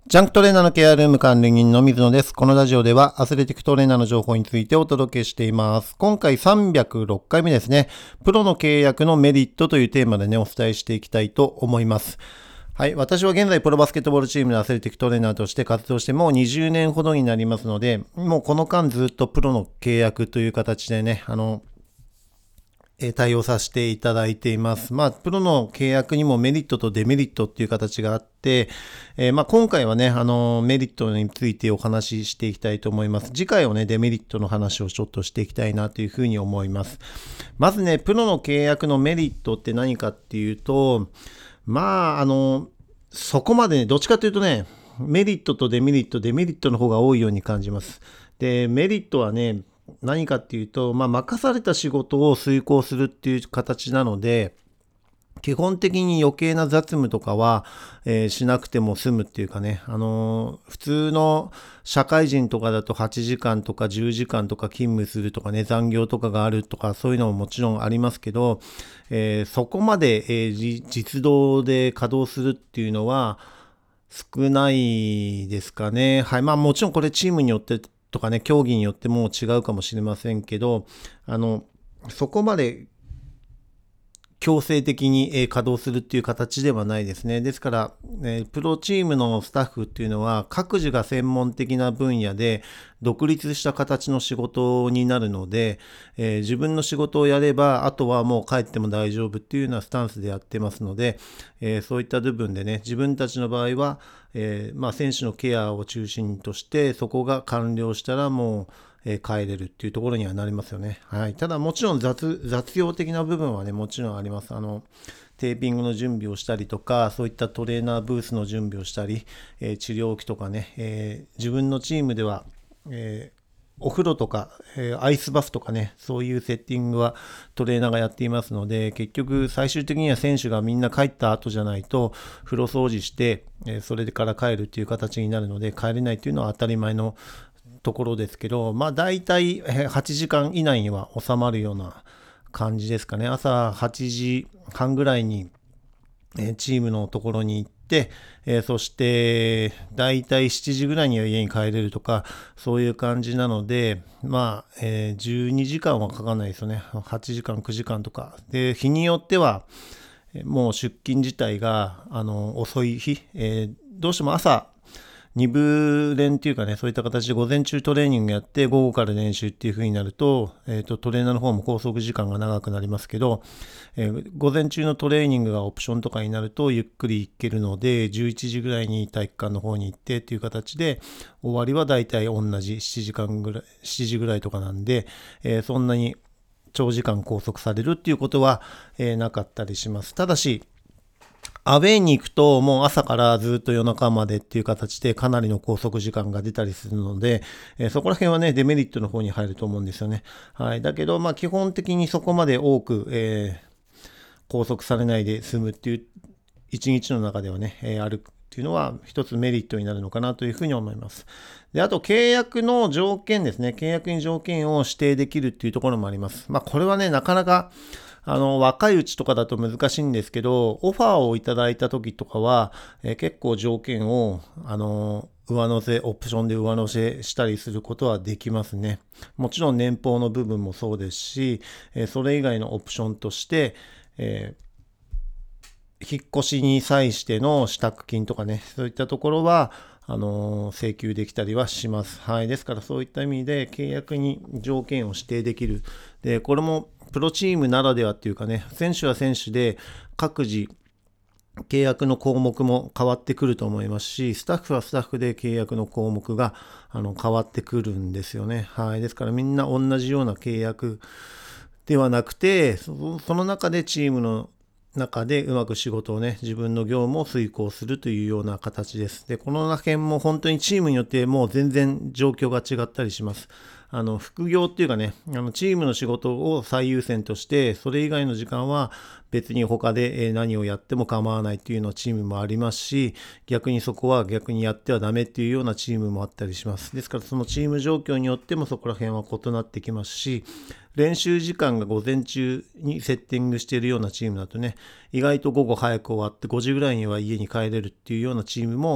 ジャンクトレーナーのケアルーム管理人の水野です。このラジオではアスレティックトレーナーの情報についてお届けしています。今回306回目ですね。プロの契約のメリットというテーマでね、お伝えしていきたいと思います。はい。私は現在プロバスケットボールチームのアスレティックトレーナーとして活動してもう20年ほどになりますので、もうこの間ずっとプロの契約という形でね、対応させていただいています。プロの契約にもメリットとデメリットっていう形があって、今回はね、メリットについてお話ししていきたいと思います。次回はね、デメリットの話をちょっとしていきたいなというふうに思います。まずね、プロの契約のメリットって何かっていうと、そこまでね、どっちかというとね、メリットとデメリットの方が多いように感じます。で、メリットはね、何かっていうと、任された仕事を遂行するっていう形なので、基本的に余計な雑務とかは、しなくても済むっていうかね、普通の社会人とかだと8時間とか10時間とか勤務するとかね、残業とかがあるとか、そういうのももちろんありますけど、そこまで、実動で稼働するっていうのは少ないですかね。はい。もちろんこれチームによってとかね、競技によっても違うかもしれませんけど、そこまで強制的に稼働するっていう形ではないですね。ですから、プロチームのスタッフっていうのは各自が専門的な分野で独立した形の仕事になるので、自分の仕事をやればあとはもう帰っても大丈夫っていうようなスタンスでやってますので、そういった部分でね、自分たちの場合は、選手のケアを中心としてそこが完了したらもう帰れるっていうところにはなりますよね。はい。ただもちろん雑用的な部分はね、もちろんあります。テーピングの準備をしたりとか、そういったトレーナーブースの準備をしたり、治療器とかね、自分のチームでは、お風呂とか、アイスバスとかね、そういうセッティングはトレーナーがやっていますので、結局最終的には選手がみんな帰った後じゃないと、風呂掃除して、それから帰るっていう形になるので、帰れないっていうのは当たり前のところですけど、大体8時間以内には収まるような感じですかね。朝8時半ぐらいにチームのところに行って、そして大体7時ぐらいには家に帰れるとか、そういう感じなので、12時間はかかんないですよね。8時間、9時間とか。で、日によっては、もう出勤自体が遅い日、どうしても朝2部練っていうかね、そういった形で午前中トレーニングやって午後から練習っていう風になると、トレーナーの方も拘束時間が長くなりますけど、午前中のトレーニングがオプションとかになるとゆっくり行けるので、11時ぐらいに体育館の方に行ってっていう形で、終わりはだいたい同じ7時ぐらいとかなんで、そんなに長時間拘束されるっていうことは、なかったりします。ただし、アウェイに行くともう朝からずっと夜中までっていう形でかなりの拘束時間が出たりするので、そこら辺はね、デメリットの方に入ると思うんですよね。はい。だけど、基本的にそこまで多く、拘束されないで済むっていう一日の中ではね、あるっていうのは一つメリットになるのかなというふうに思います。で、あと契約の条件ですね。契約に条件を指定できるっていうところもあります。これはね、なかなか若いうちとかだと難しいんですけど、オファーをいただいた時とかは、結構条件を、上乗せ、オプションで上乗せしたりすることはできますね。もちろん年俸の部分もそうですし、それ以外のオプションとして、引っ越しに際しての支度金とかね、そういったところは、請求できたりはします。はい。ですからそういった意味で契約に条件を指定できる。で、これもプロチームならではっていうかね、選手は選手で各自契約の項目も変わってくると思いますし、スタッフはスタッフで契約の項目が変わってくるんですよね。はい。ですからみんな同じような契約ではなくて、その中でチームの中でうまく仕事をね、自分の業務を遂行するというような形です。で、この辺も本当にチームによってもう全然状況が違ったりします。副業っていうかね、チームの仕事を最優先として、それ以外の時間は別に他で何をやっても構わないっていうようなチームもありますし、逆にそこは逆にやってはダメっていうようなチームもあったりします。ですからそのチーム状況によってもそこら辺は異なってきますし、練習時間が午前中にセッティングしているようなチームだとね、意外と午後早く終わって5時ぐらいには家に帰れるっていうようなチームも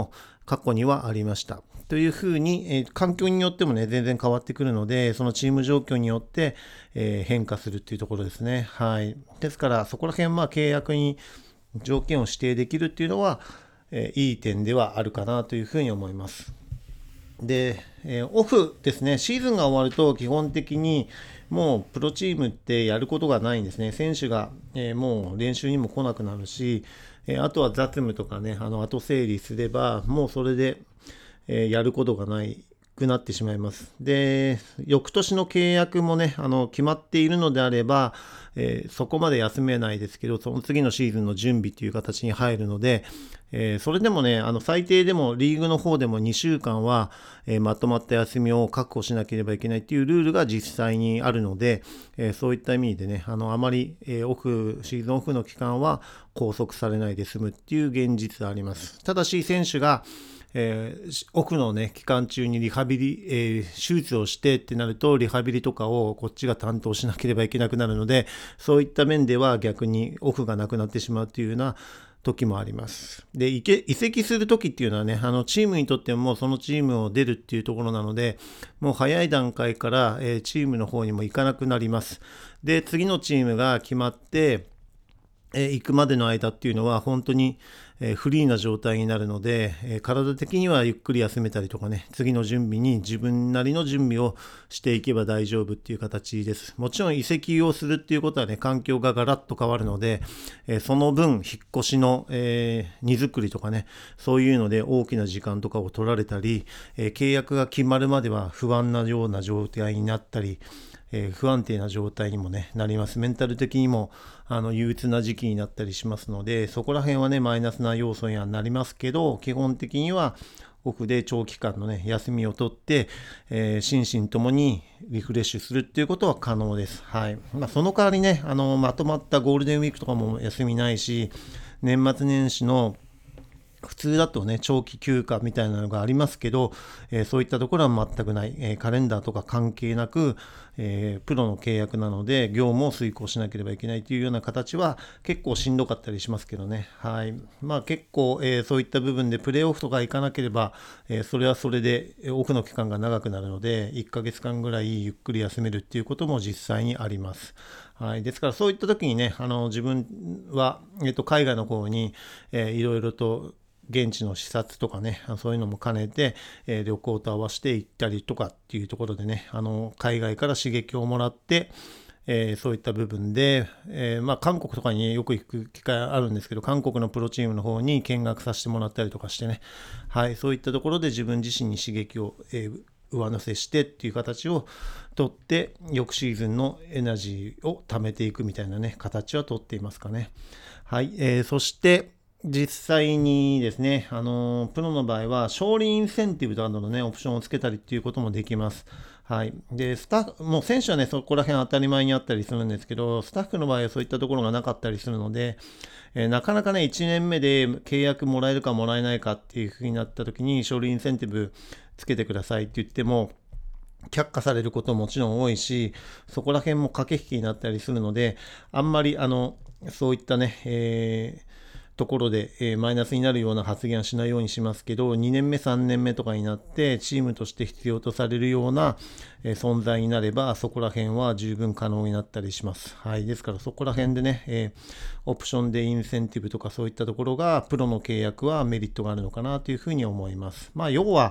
過去にはありました。というふうに、環境によってもね、全然変わってくるので、そのチーム状況によって、変化するっていうところですね。はい。ですから、そこら辺、契約に条件を指定できるっていうのは、いい点ではあるかなというふうに思います。で、オフですね、シーズンが終わると基本的にもうプロチームってやることがないんですね。選手が、もう練習にも来なくなるし、あとは雑務とかね、後整理すれば、もうそれで、やることがないくなってしまいます。で、翌年の契約もね、決まっているのであれば、そこまで休めないですけど、その次のシーズンの準備という形に入るので、それでもね、最低でもリーグの方でも2週間は、まとまった休みを確保しなければいけないっていうルールが実際にあるので、そういった意味でね、あまり、シーズンオフの期間は拘束されないで済むっていう現実があります。ただし、選手がオフのね、期間中にリハビリ、手術をしてってなると、リハビリとかをこっちが担当しなければいけなくなるので、そういった面では逆にオフがなくなってしまうというような時もあります。で、移籍する時っていうのはね、チームにとってもそのチームを出るっていうところなので、もう早い段階から、チームの方にも行かなくなります。で、次のチームが決まって、行くまでの間っていうのは本当に、フリーな状態になるので、体的にはゆっくり休めたりとかね、次の準備に自分なりの準備をしていけば大丈夫っていう形です。もちろん移籍をするっていうことはね、環境がガラッと変わるので、その分引っ越しの、荷造りとかね、そういうので大きな時間とかを取られたり、契約が決まるまでは不安なような状態になったり、不安定な状態にもねなります。メンタル的にも憂鬱な時期になったりしますので、そこら辺はねマイナスな要素にはなりますけど、基本的にはオフで長期間のね休みを取って、心身ともにリフレッシュするっていうことは可能です。はい。その代わりねまとまったゴールデンウィークとかも休みないし、年末年始の普通だとね長期休暇みたいなのがありますけど、そういったところは全くない、カレンダーとか関係なく、プロの契約なので業務を遂行しなければいけないというような形は結構しんどかったりしますけどね。はい。結構、そういった部分でプレーオフとか行かなければ、それはそれでオフの期間が長くなるので1ヶ月間ぐらいゆっくり休めるっていうことも実際にあります。はい、ですからそういった時にね自分は、海外の方に、いろいろと現地の視察とかね、そういうのも兼ねて、旅行と合わせて行ったりとかっていうところでね、海外から刺激をもらって、そういった部分で、韓国とかによく行く機会あるんですけど、韓国のプロチームの方に見学させてもらったりとかしてね、はい、そういったところで自分自身に刺激を、上乗せしてっていう形をとって、翌シーズンのエナジーを貯めていくみたいなね、形はとっていますかね。はい、そして、実際にですね、プロの場合は勝利インセンティブなどのね、オプションをつけたりっていうこともできます。はい。で、もう選手はね、そこら辺当たり前にあったりするんですけど、スタッフの場合はそういったところがなかったりするので、なかなかね、1年目で契約もらえるかもらえないかっていうふうになった時に、勝利インセンティブつけてくださいって言っても、却下されることももちろん多いし、そこら辺も駆け引きになったりするので、あんまりそういったね、ところで、マイナスになるような発言はしないようにしますけど、2年目3年目とかになってチームとして必要とされるような、存在になれば、そこら辺は十分可能になったりします。はい。ですからそこら辺でね、オプションでインセンティブとかそういったところがプロの契約はメリットがあるのかなというふうに思います。要は、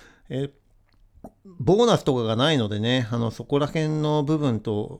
ボーナスとかがないのでね、そこら辺の部分と、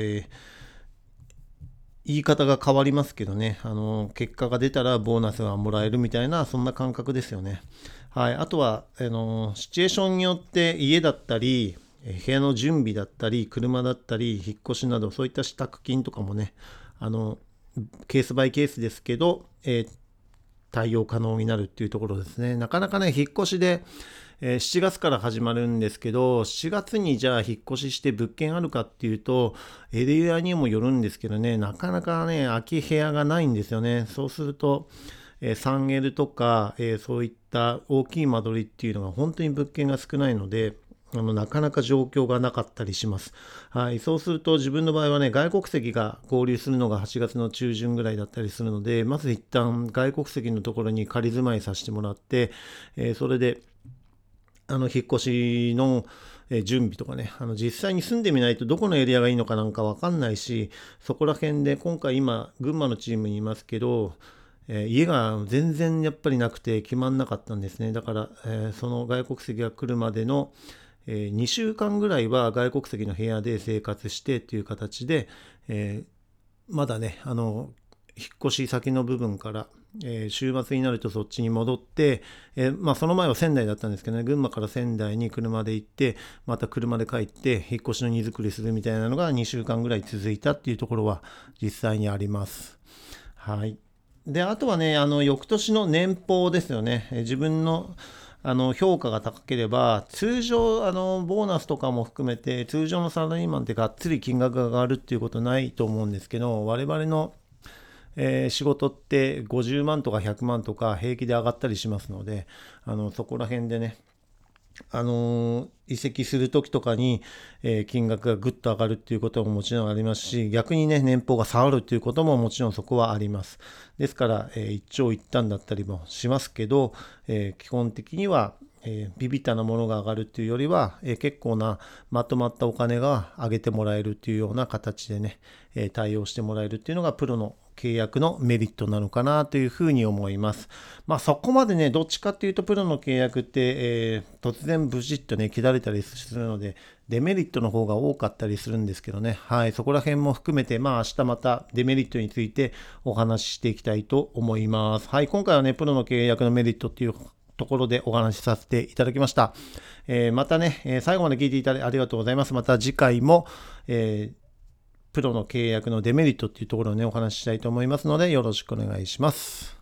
言い方が変わりますけどね、結果が出たらボーナスがもらえるみたいな、そんな感覚ですよね。はい。あとは、シチュエーションによって家だったり、部屋の準備だったり、車だったり、引っ越しなど、そういった支度金とかもね、ケースバイケースですけど、対応可能になるっていうところですね。なかなかね、引っ越しで、7月から始まるんですけど、7月にじゃあ引っ越しして物件あるかっていうと、エリアにもよるんですけどね、なかなかね、空き部屋がないんですよね。そうすると、3L とか、そういった大きい間取りっていうのが本当に物件が少ないので、 なかなか状況がなかったりします。はい。そうすると自分の場合はね、外国籍が合流するのが8月の中旬ぐらいだったりするので、まず一旦外国籍のところに仮住まいさせてもらって、それで、引っ越しの準備とかね、実際に住んでみないとどこのエリアがいいのかなんかわかんないし、そこら辺で今回今、群馬のチームにいますけど、家が全然やっぱりなくて決まんなかったんですね。だから、その外国籍が来るまでの、2週間ぐらいは外国籍の部屋で生活してっていう形で、まだね、引っ越し先の部分から、週末になるとそっちに戻って、その前は仙台だったんですけどね、群馬から仙台に車で行って、また車で帰って、引っ越しの荷造りするみたいなのが2週間ぐらい続いたっていうところは実際にあります。はい。で、あとはね、翌年の年俸ですよね。自分の評価が高ければ、通常、ボーナスとかも含めて、通常のサラリーマンってがっつり金額が上がるっていうことないと思うんですけど、我々の仕事って50万とか100万とか平気で上がったりしますので、そこら辺でね、移籍する時とかに、金額がぐっと上がるっていうことももちろんありますし、逆にね、年俸が下がるっていうことももちろんそこはあります。ですから、一長一短だったりもしますけど、基本的には、ビビったなものが上がるっていうよりは、結構なまとまったお金が上げてもらえるっていうような形でね、対応してもらえるっていうのがプロの契約のメリットなのかなというふうに思います。そこまでね、どっちかっていうとプロの契約って、突然ブシッとね、切られたりするので、デメリットの方が多かったりするんですけどね。はい、そこら辺も含めて、明日またデメリットについてお話ししていきたいと思います。はい、今回はね、プロの契約のメリットっていうところでお話しさせていただきました。またね、最後まで聞いていただきありがとうございます。また次回も、プロの契約のデメリットっていうところをね、お話ししたいと思いますので、よろしくお願いします。